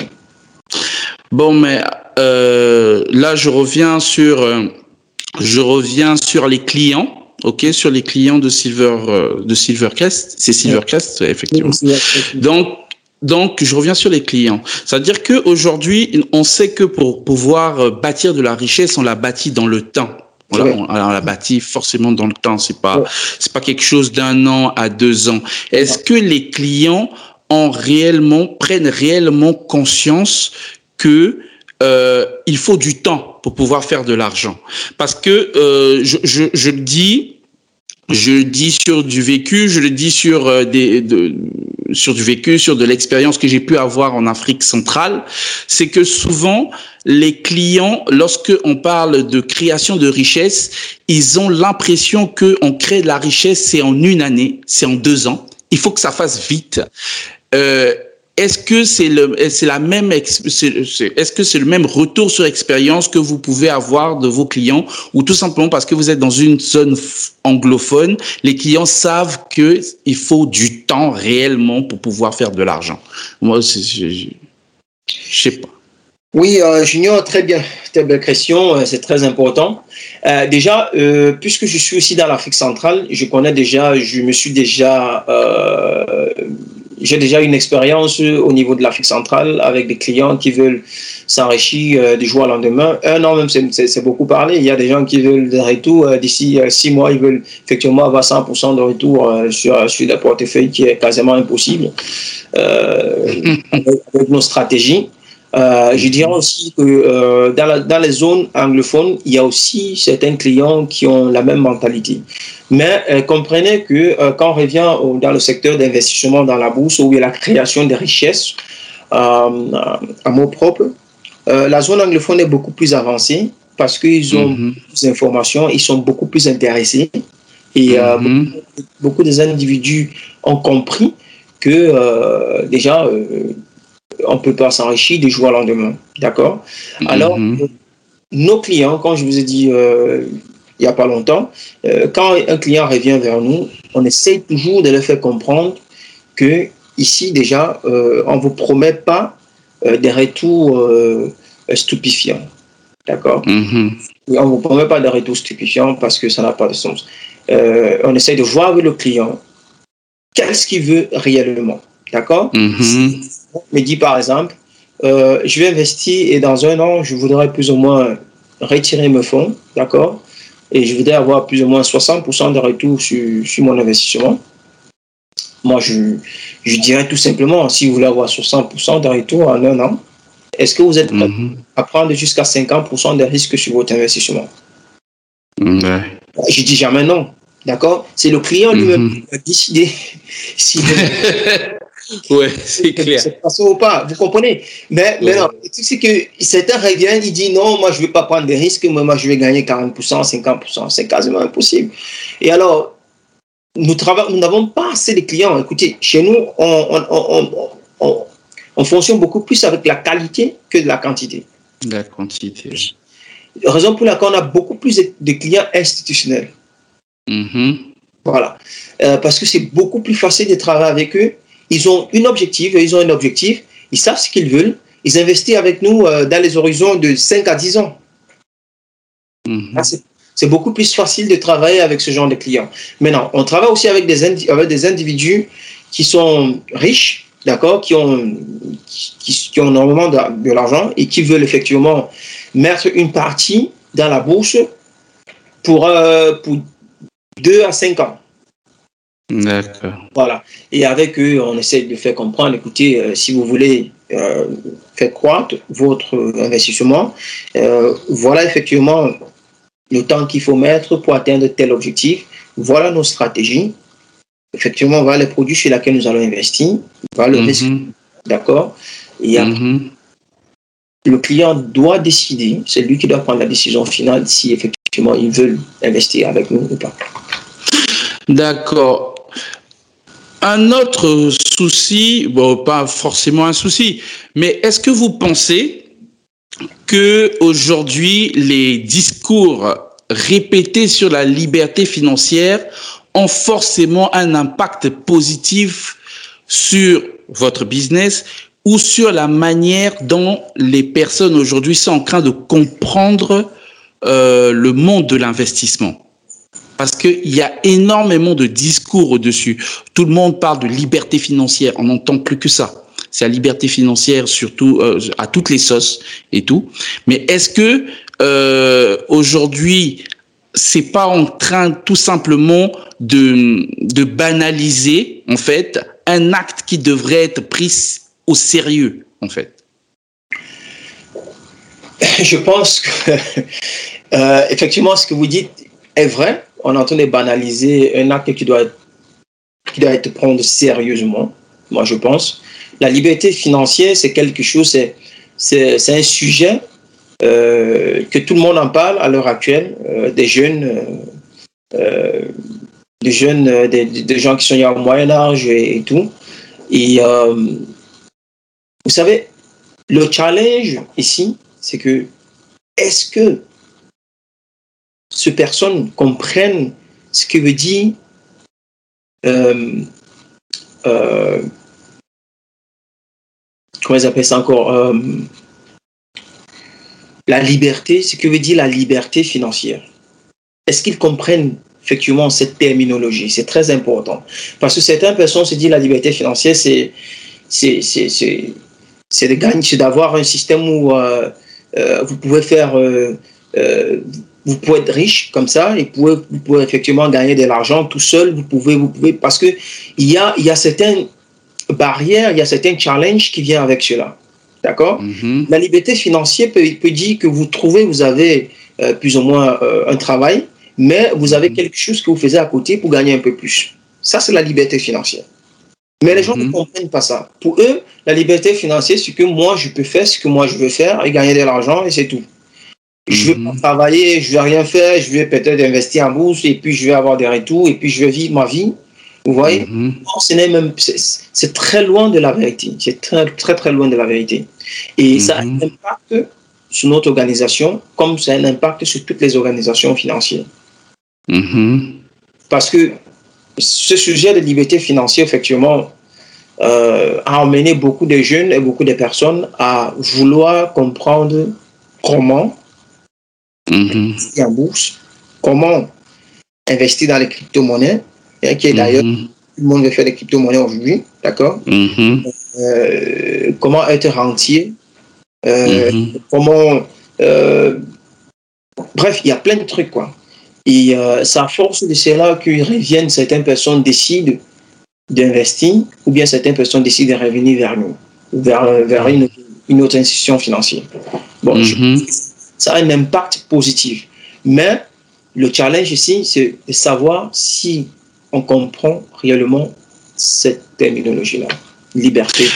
Bon, mais euh, là, je reviens sur, euh, je reviens sur les clients, ok, sur les clients de Silver, euh, de Silvercrest. C'est Silvercrest, ouais. Effectivement. Donc, Donc, je reviens sur les clients. C'est-à-dire qu'aujourd'hui, on sait que pour pouvoir bâtir de la richesse, on la bâtit dans le temps. Voilà, on, on la bâtit forcément dans le temps. C'est pas, ouais. c'est pas quelque chose d'un an à deux ans. Est-ce que les clients ont réellement, prennent réellement conscience que euh, il faut du temps pour pouvoir faire de l'argent? Parce que euh, je, je, je le dis. Je le dis sur du vécu, je le dis sur euh, des, de, sur du vécu, sur de l'expérience que j'ai pu avoir en Afrique centrale, c'est que souvent les clients, lorsque on parle de création de richesse, ils ont l'impression que on crée de la richesse, c'est en une année, c'est en deux ans. Il faut que ça fasse vite. Euh, Est-ce que c'est le, c'est la même, est-ce que c'est le même retour sur expérience que vous pouvez avoir de vos clients, ou tout simplement parce que vous êtes dans une zone anglophone, les clients savent que il faut du temps réellement pour pouvoir faire de l'argent? Moi, c'est, je, je, je sais pas. Oui, euh, Junior, très bien, très belle question, euh, c'est très important. Euh, déjà, euh, puisque je suis aussi dans l'Afrique centrale, je connais déjà, je me suis déjà, euh, j'ai déjà une expérience au niveau de l'Afrique centrale avec des clients qui veulent s'enrichir euh, du jour au lendemain. Un an même, c'est beaucoup parlé. Il y a des gens qui veulent des retours euh, d'ici euh, six mois, ils veulent effectivement avoir cent pour cent de retour euh, sur, sur des portefeuilles qui est quasiment impossible euh, avec, avec nos stratégies. Euh, je dirais aussi que euh, dans, la, dans les zones anglophones, il y a aussi certains clients qui ont la même mentalité. Mais euh, comprenez que euh, quand on revient au, dans le secteur d'investissement dans la bourse, où il y a la création de richesses euh, à mot propre, euh, la zone anglophone est beaucoup plus avancée parce qu'ils ont mm-hmm. plus d'informations, ils sont beaucoup plus intéressés. Et euh, mm-hmm. beaucoup, beaucoup des individus ont compris que euh, déjà... Euh, on ne peut pas s'enrichir du jour au lendemain. D'accord? Alors, mm-hmm. nos clients, quand je vous ai dit euh, il n'y a pas longtemps, euh, quand un client revient vers nous, on essaie toujours de leur faire comprendre que ici, déjà, euh, on ne vous promet pas euh, des retours euh, stupéfiants. D'accord? Mm-hmm. On ne vous promet pas des retours stupéfiants parce que ça n'a pas de sens. Euh, on essaie de voir avec le client qu'est-ce qu'il veut réellement. D'accord? Mm-hmm. Me dit par exemple, euh, je vais investir et dans un an, je voudrais plus ou moins retirer mes fonds, d'accord? Et je voudrais avoir plus ou moins soixante pour cent de retour sur, sur mon investissement. Moi, je, je dirais tout simplement, si vous voulez avoir soixante pour cent de retour en un an, est-ce que vous êtes prêt mm-hmm. à prendre jusqu'à cinquante pour cent de risque sur votre investissement? Mm-hmm. Je dis jamais non, d'accord? C'est le client lui-même mm-hmm. qui a décidé si ouais, c'est clair. C'est passé ou pas, vous comprenez? Mais, ouais. mais non, c'est que certains reviennent, ils disent non, moi je ne vais pas prendre des risques, mais moi je vais gagner quarante pour cent, cinquante pour cent. C'est quasiment impossible. Et alors, nous nous n'avons pas assez de clients. Écoutez, chez nous, on, on, on, on, on fonctionne beaucoup plus avec la qualité que de la quantité. La quantité. Raison pour laquelle on a beaucoup plus de clients institutionnels. Mm-hmm. Voilà. Euh, parce que c'est beaucoup plus facile de travailler avec eux. Ils ont une objectif, ils ont un objectif, ils savent ce qu'ils veulent, ils investissent avec nous euh, dans les horizons de cinq à dix ans. Mm-hmm. C'est beaucoup plus facile de travailler avec ce genre de clients. Maintenant, on travaille aussi avec des, indi avec des individus qui sont riches, d'accord, qui ont, qui, qui ont énormément de, de l'argent et qui veulent effectivement mettre une partie dans la bourse pour, euh, pour deux à cinq ans. D'accord. Voilà. Et avec eux, on essaie de faire comprendre, écoutez, euh, si vous voulez euh, faire croître votre investissement, euh, voilà effectivement le temps qu'il faut mettre pour atteindre tel objectif. Voilà nos stratégies. Effectivement, voilà les produits sur lesquels nous allons investir. Voilà le mm-hmm. risque. D'accord? Et après, mm-hmm. le client doit décider, c'est lui qui doit prendre la décision finale si effectivement il veut investir avec nous ou pas. D'accord. Un autre souci, bon, pas forcément un souci, mais est-ce que vous pensez que aujourd'hui les discours répétés sur la liberté financière ont forcément un impact positif sur votre business ou sur la manière dont les personnes aujourd'hui sont en train de comprendre euh, le monde de l'investissement? Parce qu'il y a énormément de discours au-dessus. Tout le monde parle de liberté financière. On n'entend plus que ça. C'est la liberté financière, surtout euh, à toutes les sauces et tout. Mais est-ce que euh, aujourd'hui, c'est pas en train tout simplement de, de banaliser, en fait, un acte qui devrait être pris au sérieux, en fait? Je pense que, euh, effectivement, ce que vous dites est vrai. On est en train de banaliser un acte qui doit être, qui doit être pris sérieusement, moi je pense. La liberté financière, c'est quelque chose, c'est, c'est, c'est un sujet euh, que tout le monde en parle à l'heure actuelle, euh, des jeunes, euh, des jeunes, euh, des, des gens qui sont au moyen âge et, et tout. Et euh, vous savez, le challenge ici, c'est que est-ce que ces personnes comprennent ce que veut dire euh, euh, comment ils appellent ça encore euh, la liberté, ce que veut dire la liberté financière. Est-ce qu'ils comprennent effectivement cette terminologie. C'est très important. Parce que certaines personnes se disent la liberté financière, c'est, c'est, c'est, c'est, c'est de gagner, c'est d'avoir un système où euh, euh, vous pouvez faire, euh, euh, vous pouvez être riche comme ça, et vous pouvez, vous pouvez effectivement gagner de l'argent tout seul. Vous pouvez, vous pouvez, parce que il y a, il y a certaines barrières, il y a certains challenges qui viennent avec cela. D'accord? Mm-hmm. La liberté financière peut, peut dire que vous trouvez, vous avez euh, plus ou moins euh, un travail, mais vous avez mm-hmm. quelque chose que vous faites à côté pour gagner un peu plus. Ça, c'est la liberté financière. Mais les gens mm-hmm. ne comprennent pas ça. Pour eux, la liberté financière, c'est que moi, je peux faire ce que moi, je veux faire et gagner de l'argent et c'est tout. Je ne veux pas travailler, je ne veux rien faire, je vais peut-être investir en bourse et puis je vais avoir des retours et puis je vais vivre ma vie. Vous voyez, mm-hmm. non, ce n'est même, c'est, c'est très loin de la vérité. C'est très, très, très loin de la vérité. Et mm-hmm. ça a un impact sur notre organisation, comme ça a un impact sur toutes les organisations financières. Mm-hmm. Parce que ce sujet de liberté financière, effectivement, euh, a emmené beaucoup de jeunes et beaucoup de personnes à vouloir comprendre comment mm-hmm. investir en bourse, comment investir dans les crypto-monnaies, qui est d'ailleurs, mm-hmm. tout le monde veut faire des crypto-monnaies aujourd'hui, d'accord? Mm-hmm. euh, Comment être rentier, euh, mm-hmm. comment... Euh, bref, il y a plein de trucs, quoi. Et euh, c'est à force de cela que reviennent, certaines personnes décident d'investir, ou bien certaines personnes décident de revenir vers nous, ou vers, vers une, une autre institution financière. Bon, mm-hmm. je, ça a un impact positif. Mais le challenge ici, c'est de savoir si on comprend réellement cette terminologie-là, liberté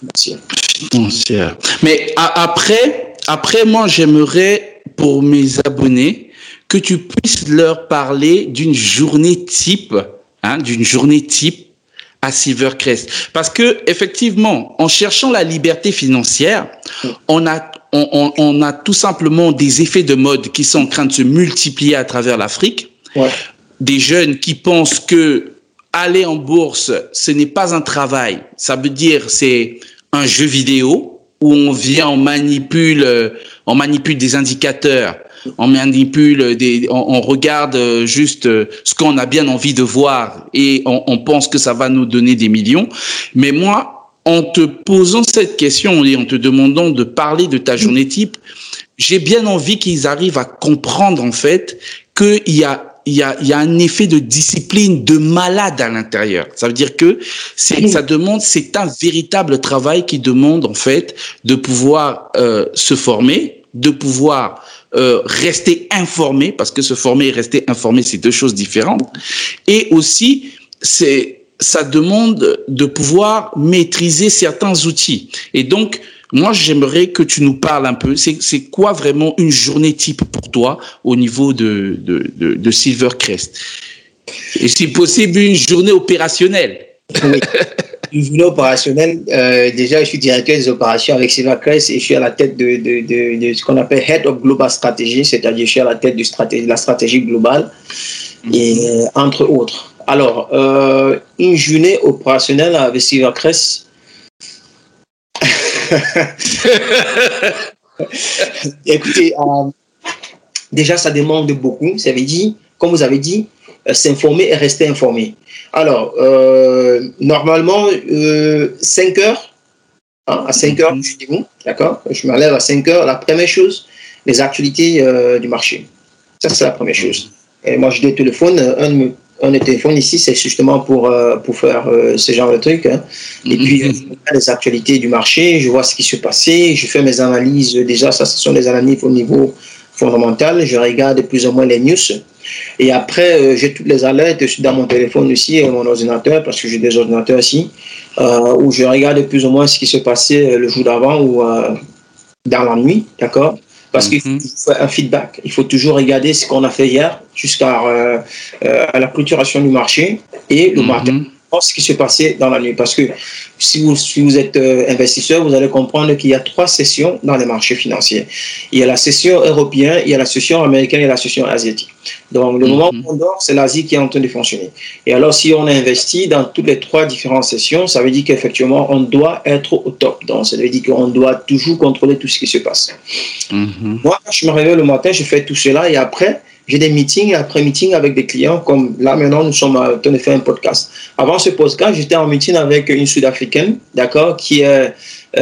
financière. Mais a- après, après, moi, j'aimerais, pour mes abonnés, que tu puisses leur parler d'une journée type, hein, d'une journée type à Silvercrest. Parce que, effectivement, en cherchant la liberté financière, on a, on, on, on a tout simplement des effets de mode qui sont en train de se multiplier à travers l'Afrique. Ouais. Des jeunes qui pensent que aller en bourse, ce n'est pas un travail. Ça veut dire c'est un jeu vidéo où on vient, on manipule, on manipule des indicateurs, on manipule des, on, on regarde juste ce qu'on a bien envie de voir et on, on pense que ça va nous donner des millions. Mais moi, en te posant cette question et en te demandant de parler de ta journée type, j'ai bien envie qu'ils arrivent à comprendre en fait qu'il y a Il y, a, il y a un effet de discipline de malade à l'intérieur. Ça veut dire que c'est, ça demande, c'est un véritable travail qui demande en fait de pouvoir euh, se former, de pouvoir euh, rester informé, parce que se former et rester informé, c'est deux choses différentes. Et aussi, c'est, ça demande de pouvoir maîtriser certains outils. Et donc, moi, j'aimerais que tu nous parles un peu. C'est, c'est quoi vraiment une journée type pour toi au niveau de, de, de, de Silvercrest? Et si possible, une journée opérationnelle. Oui. Une journée opérationnelle, euh, déjà, je suis directeur des opérations avec Silvercrest et je suis à la tête de, de, de, de ce qu'on appelle Head of Global Strategy, c'est-à-dire je suis à la tête de, stratégie, de la stratégie globale, mm-hmm. et euh, entre autres. Alors, euh, une journée opérationnelle avec Silvercrest, écoutez, euh, déjà ça demande beaucoup. Ça veut dire, comme vous avez dit, euh, s'informer et rester informé. Alors, euh, normalement, euh, cinq heures, hein, à cinq heures, je suis debout, d'accord? Je me lève à cinq heures. La première chose, les actualités euh, du marché. Ça, c'est la première chose. Et moi, je téléphone, un de mes Un téléphone ici, c'est justement pour, euh, pour faire euh, ce genre de trucs. Hein. Et mm-hmm. puis, je regarde les actualités du marché, je vois ce qui se passait, je fais mes analyses. Déjà, ça, ce sont des analyses au niveau fondamental. Je regarde plus ou moins les news. Et après, euh, j'ai toutes les alertes dans mon téléphone aussi et mon ordinateur, parce que j'ai des ordinateurs ici, euh, où je regarde plus ou moins ce qui se passait le jour d'avant ou euh, dans la nuit, d'accord? Parce mm-hmm. qu'il faut un feedback. Il faut toujours regarder ce qu'on a fait hier jusqu'à euh, euh, la clôturation du marché et le mm-hmm. matin, ce qui s'est passé dans la nuit. Parce que si vous, si vous êtes euh, investisseur, vous allez comprendre qu'il y a trois sessions dans les marchés financiers. Il y a la session européenne, il y a la session américaine et la session asiatique. Donc, le mm-hmm. moment où on dort, c'est l'Asie qui est en train de fonctionner. Et alors, si on investit dans toutes les trois différentes sessions, ça veut dire qu'effectivement, on doit être au top. Donc, ça veut dire qu'on doit toujours contrôler tout ce qui se passe. Mm-hmm. Moi, quand je me réveille le matin, je fais tout cela et après, j'ai des meetings et après meetings avec des clients, comme là maintenant nous sommes en train de faire un podcast. Avant ce podcast, j'étais en meeting avec une Sud-Africaine, d'accord, qui est,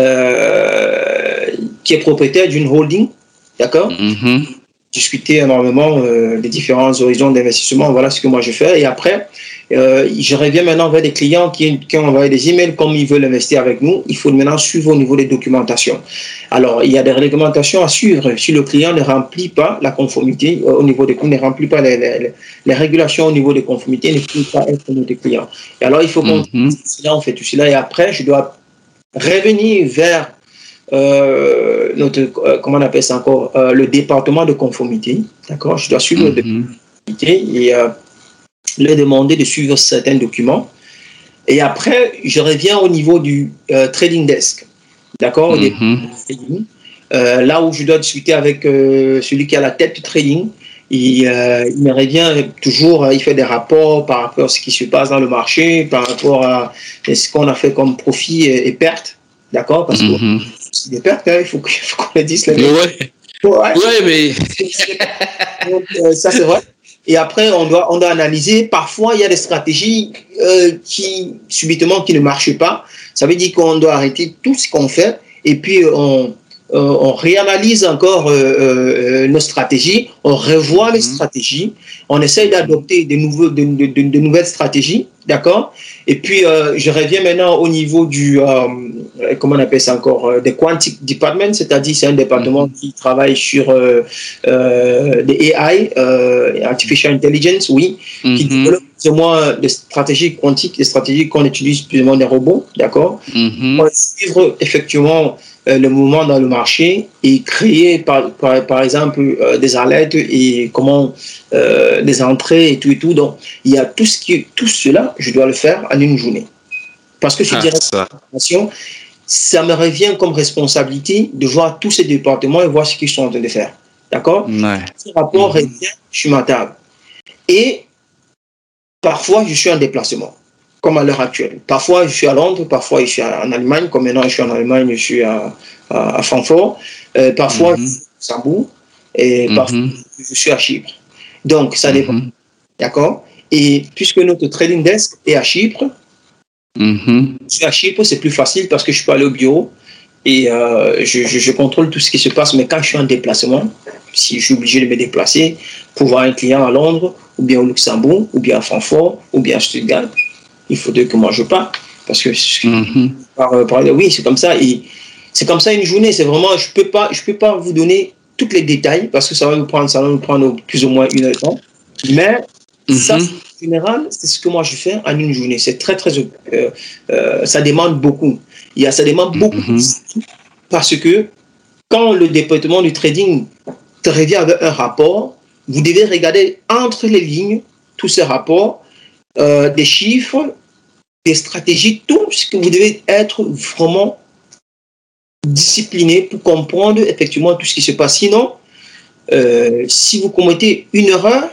euh, qui est propriétaire d'une holding, d'accord. Mm-hmm. Discuter énormément euh, des différents horizons d'investissement, voilà ce que moi je fais. Et après, euh, je reviens maintenant vers des clients qui, qui ont envoyé des emails comme ils veulent investir avec nous. Il faut maintenant suivre au niveau des documentations. Alors, il y a des réglementations à suivre. Si le client ne remplit pas la conformité euh, au niveau des coûts, ne remplit pas les, les, les régulations au niveau des conformités, ne peut pas être notre client. Et alors, il faut qu'on Mm-hmm. fait cela, on fait tout cela. Et après, je dois revenir vers Euh, notre, euh, comment on appelle ça encore, euh, le département de conformité, d'accord, je dois suivre mm-hmm. le département de conformité et euh, leur demander de suivre certains documents. Et après, je reviens au niveau du euh, trading desk, d'accord, mm-hmm. euh, là où je dois discuter avec euh, celui qui a la tête du trading. Et, euh, il me revient toujours, il fait des rapports par rapport à ce qui se passe dans le marché, par rapport à ce qu'on a fait comme profit et, et perte, d'accord, parce que mm-hmm. c'est des pertes, hein, il faut, faut qu'on le dise. Ouais. Ouais, ouais, mais... Donc, euh, ça, c'est vrai. Et après, on doit, on doit analyser. Parfois, il y a des stratégies euh, qui, subitement, qui ne marchent pas. Ça veut dire qu'on doit arrêter tout ce qu'on fait et puis on, euh, on réanalyse encore euh, euh, nos stratégies, on revoit mm-hmm. les stratégies, on essaye d'adopter de, nouveaux, de, de, de, de nouvelles stratégies, d'accord. Et puis, euh, je reviens maintenant au niveau du, euh, comment on appelle ça encore, euh, des Quantic Department, c'est-à-dire c'est un département mm-hmm. qui travaille sur euh, euh, des A I, euh, Artificial Intelligence, oui, mm-hmm. qui développe plus ou moins des stratégies quantiques, des stratégies qu'on utilise plus ou moins des robots, d'accord. Mm-hmm. Pour suivre effectivement euh, le mouvement dans le marché et créer, par, par, par exemple, euh, des alertes et comment euh, des entrées et tout et tout. Donc, il y a tout ce qui, tout cela, je dois le faire en une journée. Parce que je ah, dirais ça. ça me revient comme responsabilité de voir tous ces départements et voir ce qu'ils sont en train de faire. D'accord? Ouais. Ce rapport mm-hmm. revient sur ma table. Et parfois, je suis en déplacement, comme à l'heure actuelle. Parfois, je suis à Londres, parfois, je suis en Allemagne. Comme maintenant, je suis en Allemagne, je suis à, à, à Francfort. Euh, parfois, mm-hmm. je suis à Istanbul. Et parfois, mm-hmm. je suis à Chypre. Donc, ça dépend. Mm-hmm. D'accord? Et puisque notre trading desk est à Chypre, mm-hmm. je suis à Chypre, c'est plus facile parce que je peux aller au bureau et euh, je, je, je contrôle tout ce qui se passe. Mais quand je suis en déplacement, si je suis obligé de me déplacer pour voir un client à Londres, ou bien au Luxembourg, ou bien à Francfort, ou bien à Stuttgart, il faudrait que moi je parte. Parce que, mm-hmm. par, par, oui, c'est comme ça. Et c'est comme ça une journée. C'est vraiment, je ne peux pas, je peux pas vous donner tous les détails parce que ça va nous prendre, ça va nous prendre plus ou moins une heure de temps. Mais mm-hmm. ça, en général, c'est ce que moi je fais en une journée. C'est très, très. Euh, euh, ça demande beaucoup. Il y a, ça demande beaucoup mm-hmm. parce que quand le département du trading te revient avec un rapport, vous devez regarder entre les lignes tous ces rapports, euh, des chiffres, des stratégies, tout ce que vous devez être vraiment discipliné pour comprendre effectivement tout ce qui se passe. Sinon, euh, si vous commettez une erreur,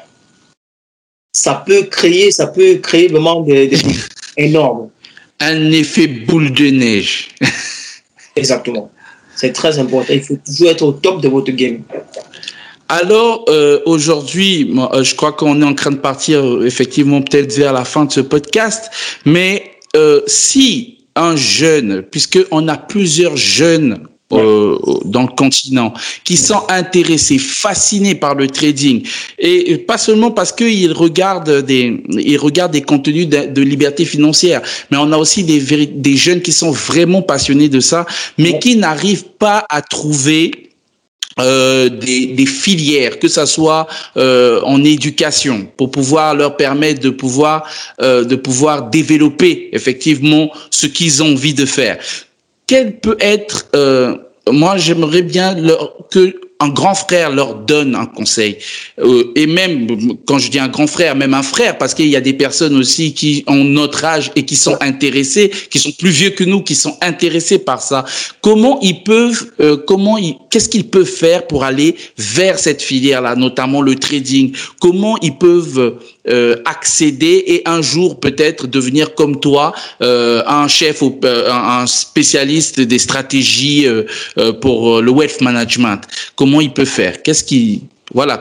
ça peut créer, ça peut créer vraiment des, des énormes. Un effet boule de neige. Exactement. C'est très important. Il faut toujours être au top de votre game. Alors, euh, aujourd'hui, moi, je crois qu'on est en train de partir euh, effectivement peut-être vers la fin de ce podcast, mais euh, si un jeune, puisqu'on a plusieurs jeunes Euh, dans le continent, qui sont intéressés, fascinés par le trading, et pas seulement parce qu'ils regardent des, ils regardent des contenus de, de liberté financière, mais on a aussi des, des jeunes qui sont vraiment passionnés de ça, mais qui n'arrivent pas à trouver Euh, des, des filières, que ça soit euh, en éducation, pour pouvoir leur permettre de pouvoir euh, de pouvoir développer effectivement ce qu'ils ont envie de faire. Quel peut être, euh, moi j'aimerais bien leur, que un grand frère leur donne un conseil, euh, et même quand je dis un grand frère, même un frère, parce qu'il y a des personnes aussi qui ont notre âge et qui sont intéressés, qui sont plus vieux que nous, qui sont intéressés par ça. Comment ils peuvent, euh, comment ils, qu'est-ce qu'ils peuvent faire pour aller vers cette filière-là, notamment le trading? Comment ils peuvent euh, accéder et un jour peut-être devenir comme toi, euh, un chef ou euh, un spécialiste des stratégies euh, euh, pour le wealth management? Comment il peut faire? Qu'est-ce qui, voilà quoi.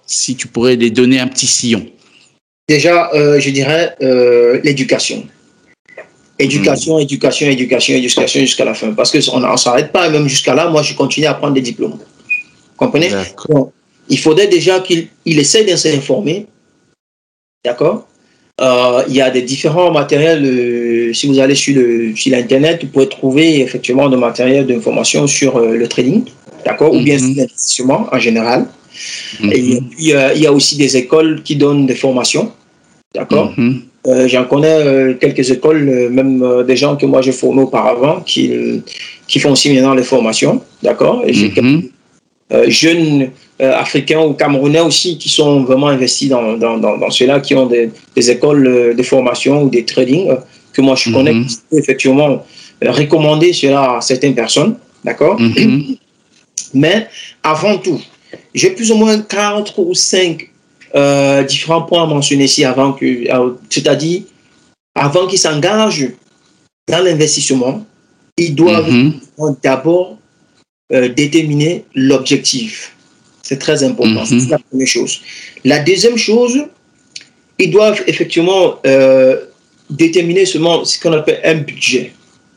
si tu pourrais les donner un petit sillon. Déjà, euh, je dirais euh, l'éducation. Éducation, mmh. éducation, éducation, éducation jusqu'à la fin. Parce qu'on ne s'arrête pas, même jusqu'à là, moi, je continue à prendre des diplômes. Vous comprenez? Donc, il faudrait déjà qu'il il essaie de s'informer. D'accord? Euh, il y a des différents matériels. Euh, si vous allez sur, le, sur l'Internet, vous pouvez trouver effectivement des matériels d'information sur euh, le trading. D'accord? Mmh. Ou bien sur l'investissement en général. Mmh. Et puis, euh, il y a aussi des écoles qui donnent des formations. D'accord? Mmh. Euh, j'en connais euh, quelques écoles, euh, même euh, des gens que moi j'ai formés auparavant, qui, euh, qui font aussi maintenant les formations. D'accord? Et j'ai mm-hmm. quelques euh, jeunes euh, Africains ou Camerounais aussi qui sont vraiment investis dans, dans, dans, dans cela, qui ont des, des écoles euh, de formation ou des trading euh, que moi je connais, mm-hmm. qui peuvent effectivement euh, recommander cela à certaines personnes. D'accord? Mm-hmm. Mais avant tout, j'ai plus ou moins quatre ou cinq Euh, différents points à mentionner ici avant que, euh, c'est-à-dire avant qu'ils s'engagent dans l'investissement, ils doivent mm-hmm. d'abord euh, déterminer l'objectif. C'est très important. Mm-hmm. C'est la première chose. La deuxième chose, ils doivent effectivement euh, déterminer seulement ce qu'on appelle un budget.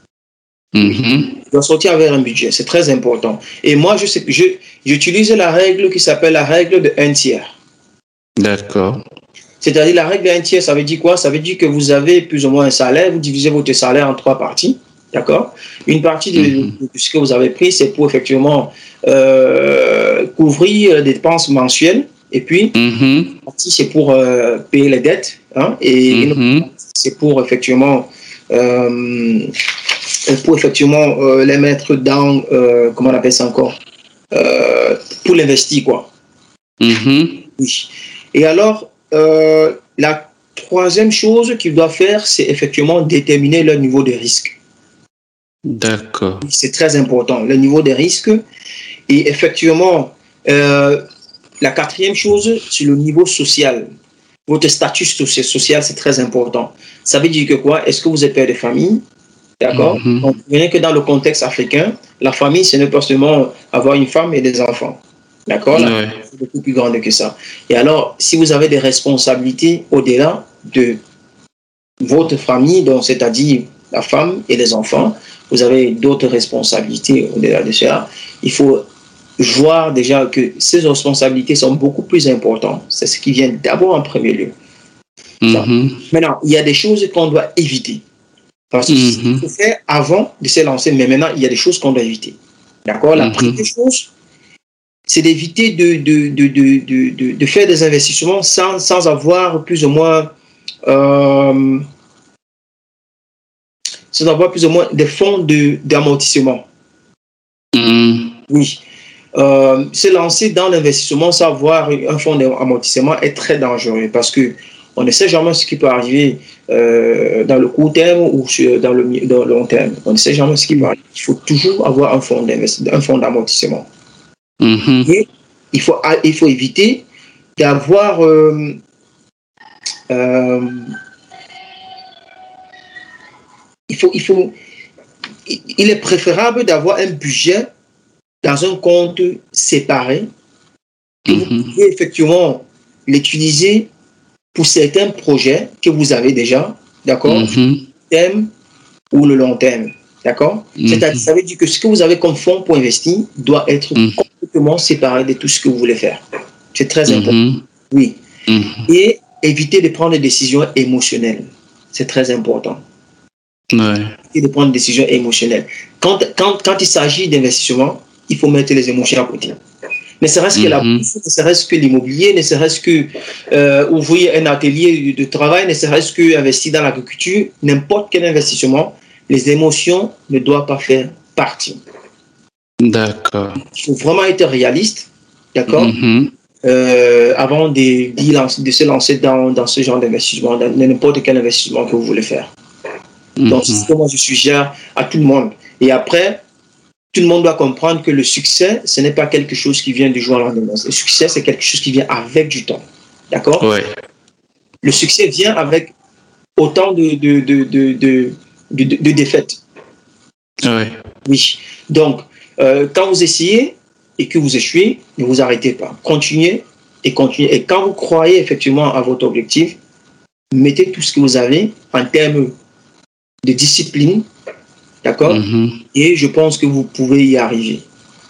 Mm-hmm. Ils doivent sortir avec un budget. C'est très important. Et moi, je sais, je, j'utilise la règle qui s'appelle la règle de un tiers. D'accord. C'est-à-dire la règle d'un tiers, ça veut dire quoi? Ça veut dire que vous avez plus ou moins un salaire, vous divisez votre salaire en trois parties, d'accord? Une partie de, mm-hmm. de ce que vous avez pris, c'est pour effectivement euh, couvrir les dépenses mensuelles, et puis mm-hmm. une partie c'est pour euh, payer les dettes, hein, et mm-hmm. une partie, c'est pour effectivement euh, pour effectivement euh, les mettre dans euh, comment on appelle ça encore? Euh, pour l'investir, quoi. Mm-hmm. Oui. Et alors, euh, la troisième chose qu'ils doivent faire, c'est effectivement déterminer leur niveau de risque. D'accord. C'est très important, le niveau de risque. Et effectivement, euh, la quatrième chose, c'est le niveau social. Votre statut social, c'est très important. Ça veut dire que quoi? Est-ce que vous êtes père de famille? D'accord? Mm-hmm. Donc, vous voyez que dans le contexte africain, la famille, ce n'est pas seulement avoir une femme et des enfants. D'accord? Ouais. C'est beaucoup plus grande que ça. Et alors, si vous avez des responsabilités au-delà de votre famille, donc c'est-à-dire la femme et les enfants, vous avez d'autres responsabilités au-delà de cela. Il faut voir déjà que ces responsabilités sont beaucoup plus importantes. C'est ce qui vient d'abord en premier lieu. Mm-hmm. Maintenant, il y a des choses qu'on doit éviter. Parce que mm-hmm. il faut faire avant de se lancer, mais maintenant, il y a des choses qu'on doit éviter. D'accord? La mm-hmm. première chose, c'est d'éviter de, de, de, de, de, de faire des investissements sans, sans avoir plus ou moins euh, sans avoir plus ou moins des fonds de, d'amortissement. Mm. Oui. Euh, se lancer dans l'investissement sans avoir un fonds d'amortissement est très dangereux parce qu'on ne sait jamais ce qui peut arriver euh, dans le court terme ou sur, dans, le, dans le long terme. On ne sait jamais ce qui peut arriver. Il faut toujours avoir un fonds, un fonds d'amortissement. Mm-hmm. Et il faut, il faut éviter d'avoir euh, euh, il faut, il faut il est préférable d'avoir un budget dans un compte séparé que mm-hmm. vous pouvez effectivement l'utiliser pour certains projets que vous avez déjà, d'accord, mm-hmm. terme ou le long terme. D'accord? Mm-hmm. C'est-à-dire, ça veut dire que ce que vous avez comme fonds pour investir doit être mm-hmm. complètement séparé de tout ce que vous voulez faire. C'est très mm-hmm. important. Oui. Mm-hmm. Et éviter de prendre des décisions émotionnelles. C'est très important. Ouais. Éviter de prendre des décisions émotionnelles. Quand, quand, quand il s'agit d'investissement, il faut mettre les émotions à côté. Ne serait-ce mm-hmm. que la bourse, ne serait-ce que l'immobilier, ne serait-ce que euh, ouvrir un atelier de travail, ne serait-ce que investir dans l'agriculture, n'importe quel investissement, les émotions ne doivent pas faire partie. D'accord. Il faut vraiment être réaliste, d'accord, mm-hmm. euh, avant de, de se lancer dans, dans ce genre d'investissement, dans n'importe quel investissement que vous voulez faire. Mm-hmm. Donc, c'est ce que moi je suggère à tout le monde. Et après, tout le monde doit comprendre que le succès, ce n'est pas quelque chose qui vient du jour au lendemain. Le succès, c'est quelque chose qui vient avec du temps. D'accord? Ouais. Le succès vient avec autant de, de, de, de, de, de, de, de défaites. Ouais. Oui. Donc, euh, quand vous essayez et que vous échouez, ne vous arrêtez pas. Continuez et continuez. Et quand vous croyez effectivement à votre objectif, mettez tout ce que vous avez en termes de discipline, d'accord? Mm-hmm. Et je pense que vous pouvez y arriver.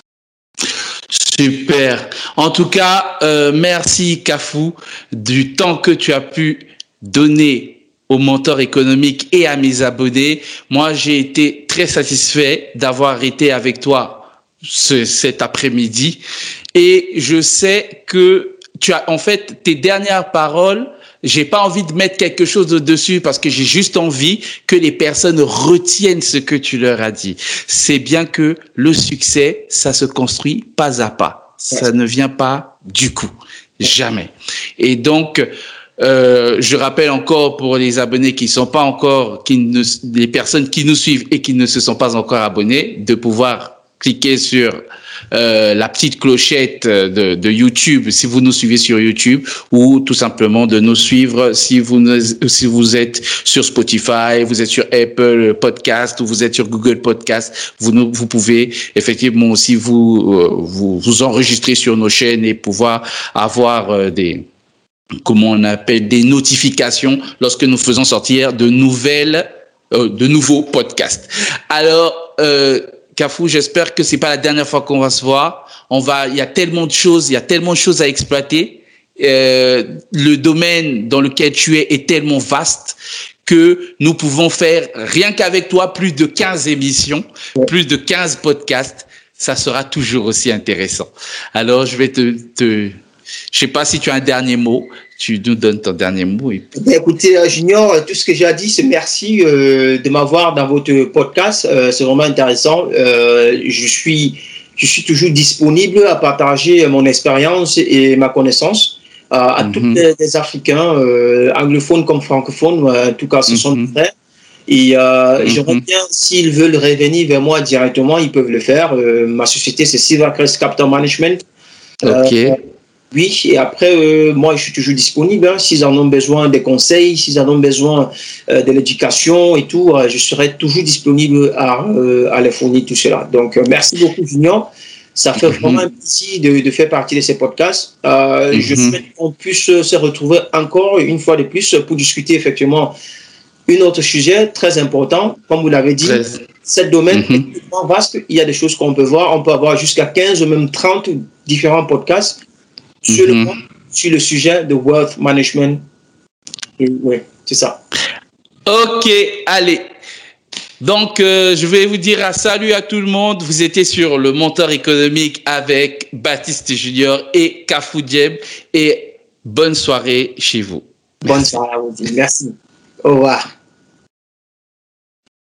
Super. En tout cas, euh, merci Kafou du temps que tu as pu donner au mentor économique et à mes abonnés. Moi, j'ai été très satisfait d'avoir été avec toi ce, cet après-midi et je sais que tu as, en fait, tes dernières paroles, j'ai pas envie de mettre quelque chose dessus parce que j'ai juste envie que les personnes retiennent ce que tu leur as dit. C'est bien que le succès, ça se construit pas à pas. Ça ne vient pas du coup. Jamais. Et donc, euh, je rappelle encore pour les abonnés qui sont pas encore, qui ne, les personnes qui nous suivent et qui ne se sont pas encore abonnés, de pouvoir cliquer sur euh, la petite clochette de, de YouTube si vous nous suivez sur YouTube, ou tout simplement de nous suivre si vous ne, si vous êtes sur Spotify, vous êtes sur Apple Podcast ou vous êtes sur Google Podcast. Vous nous, vous pouvez effectivement aussi vous, euh, vous vous enregistrer sur nos chaînes et pouvoir avoir euh, des comment on appelle des notifications lorsque nous faisons sortir de nouvelles euh, de nouveaux podcasts. Alors euh, Kafou, j'espère que c'est pas la dernière fois qu'on va se voir. On va, il y a tellement de choses, il y a tellement de choses à exploiter. Euh, le domaine dans lequel tu es est tellement vaste que nous pouvons faire, rien qu'avec toi, plus de quinze émissions, ouais. plus de quinze podcasts. Ça sera toujours aussi intéressant. Alors, je vais te, te, je sais pas si tu as un dernier mot. Tu nous donnes ton dernier mot. Et... Écoutez, Junior, tout ce que j'ai à dire, c'est merci euh, de m'avoir dans votre podcast. Euh, c'est vraiment intéressant. Euh, je suis, je suis toujours disponible à partager mon expérience et ma connaissance euh, à mm-hmm. tous les, les Africains, euh, anglophones comme francophones. En tout cas, ce mm-hmm. sont des frères. Et euh, mm-hmm. je reviens, s'ils veulent revenir vers moi directement, ils peuvent le faire. Euh, ma société, c'est Silvercrest Capital Management. Ok. Euh, Oui, et après, euh, moi, je suis toujours disponible. Hein, s'ils en ont besoin des conseils, s'ils en ont besoin euh, de l'éducation et tout, euh, je serai toujours disponible à, euh, à les fournir tout cela. Donc, euh, merci beaucoup, Junior. Ça fait mm-hmm. vraiment un plaisir de, de faire partie de ces podcasts. Euh, mm-hmm. Je souhaite qu'on puisse se retrouver encore une fois de plus pour discuter effectivement un autre sujet très important. Comme vous l'avez dit, très... ce domaine mm-hmm. est tellement vaste. Il y a des choses qu'on peut voir. On peut avoir jusqu'à quinze ou même trente différents podcasts. Sur, mm-hmm. le, sur le sujet de wealth management. Oui, c'est ça. Ok, allez. Donc, euh, je vais vous dire un salut à tout le monde. Vous étiez sur le Mentor économique avec Baptiste Junior et Kafou Dieb. Et bonne soirée chez vous. Bonne Merci. soirée à vous. Merci. Au revoir.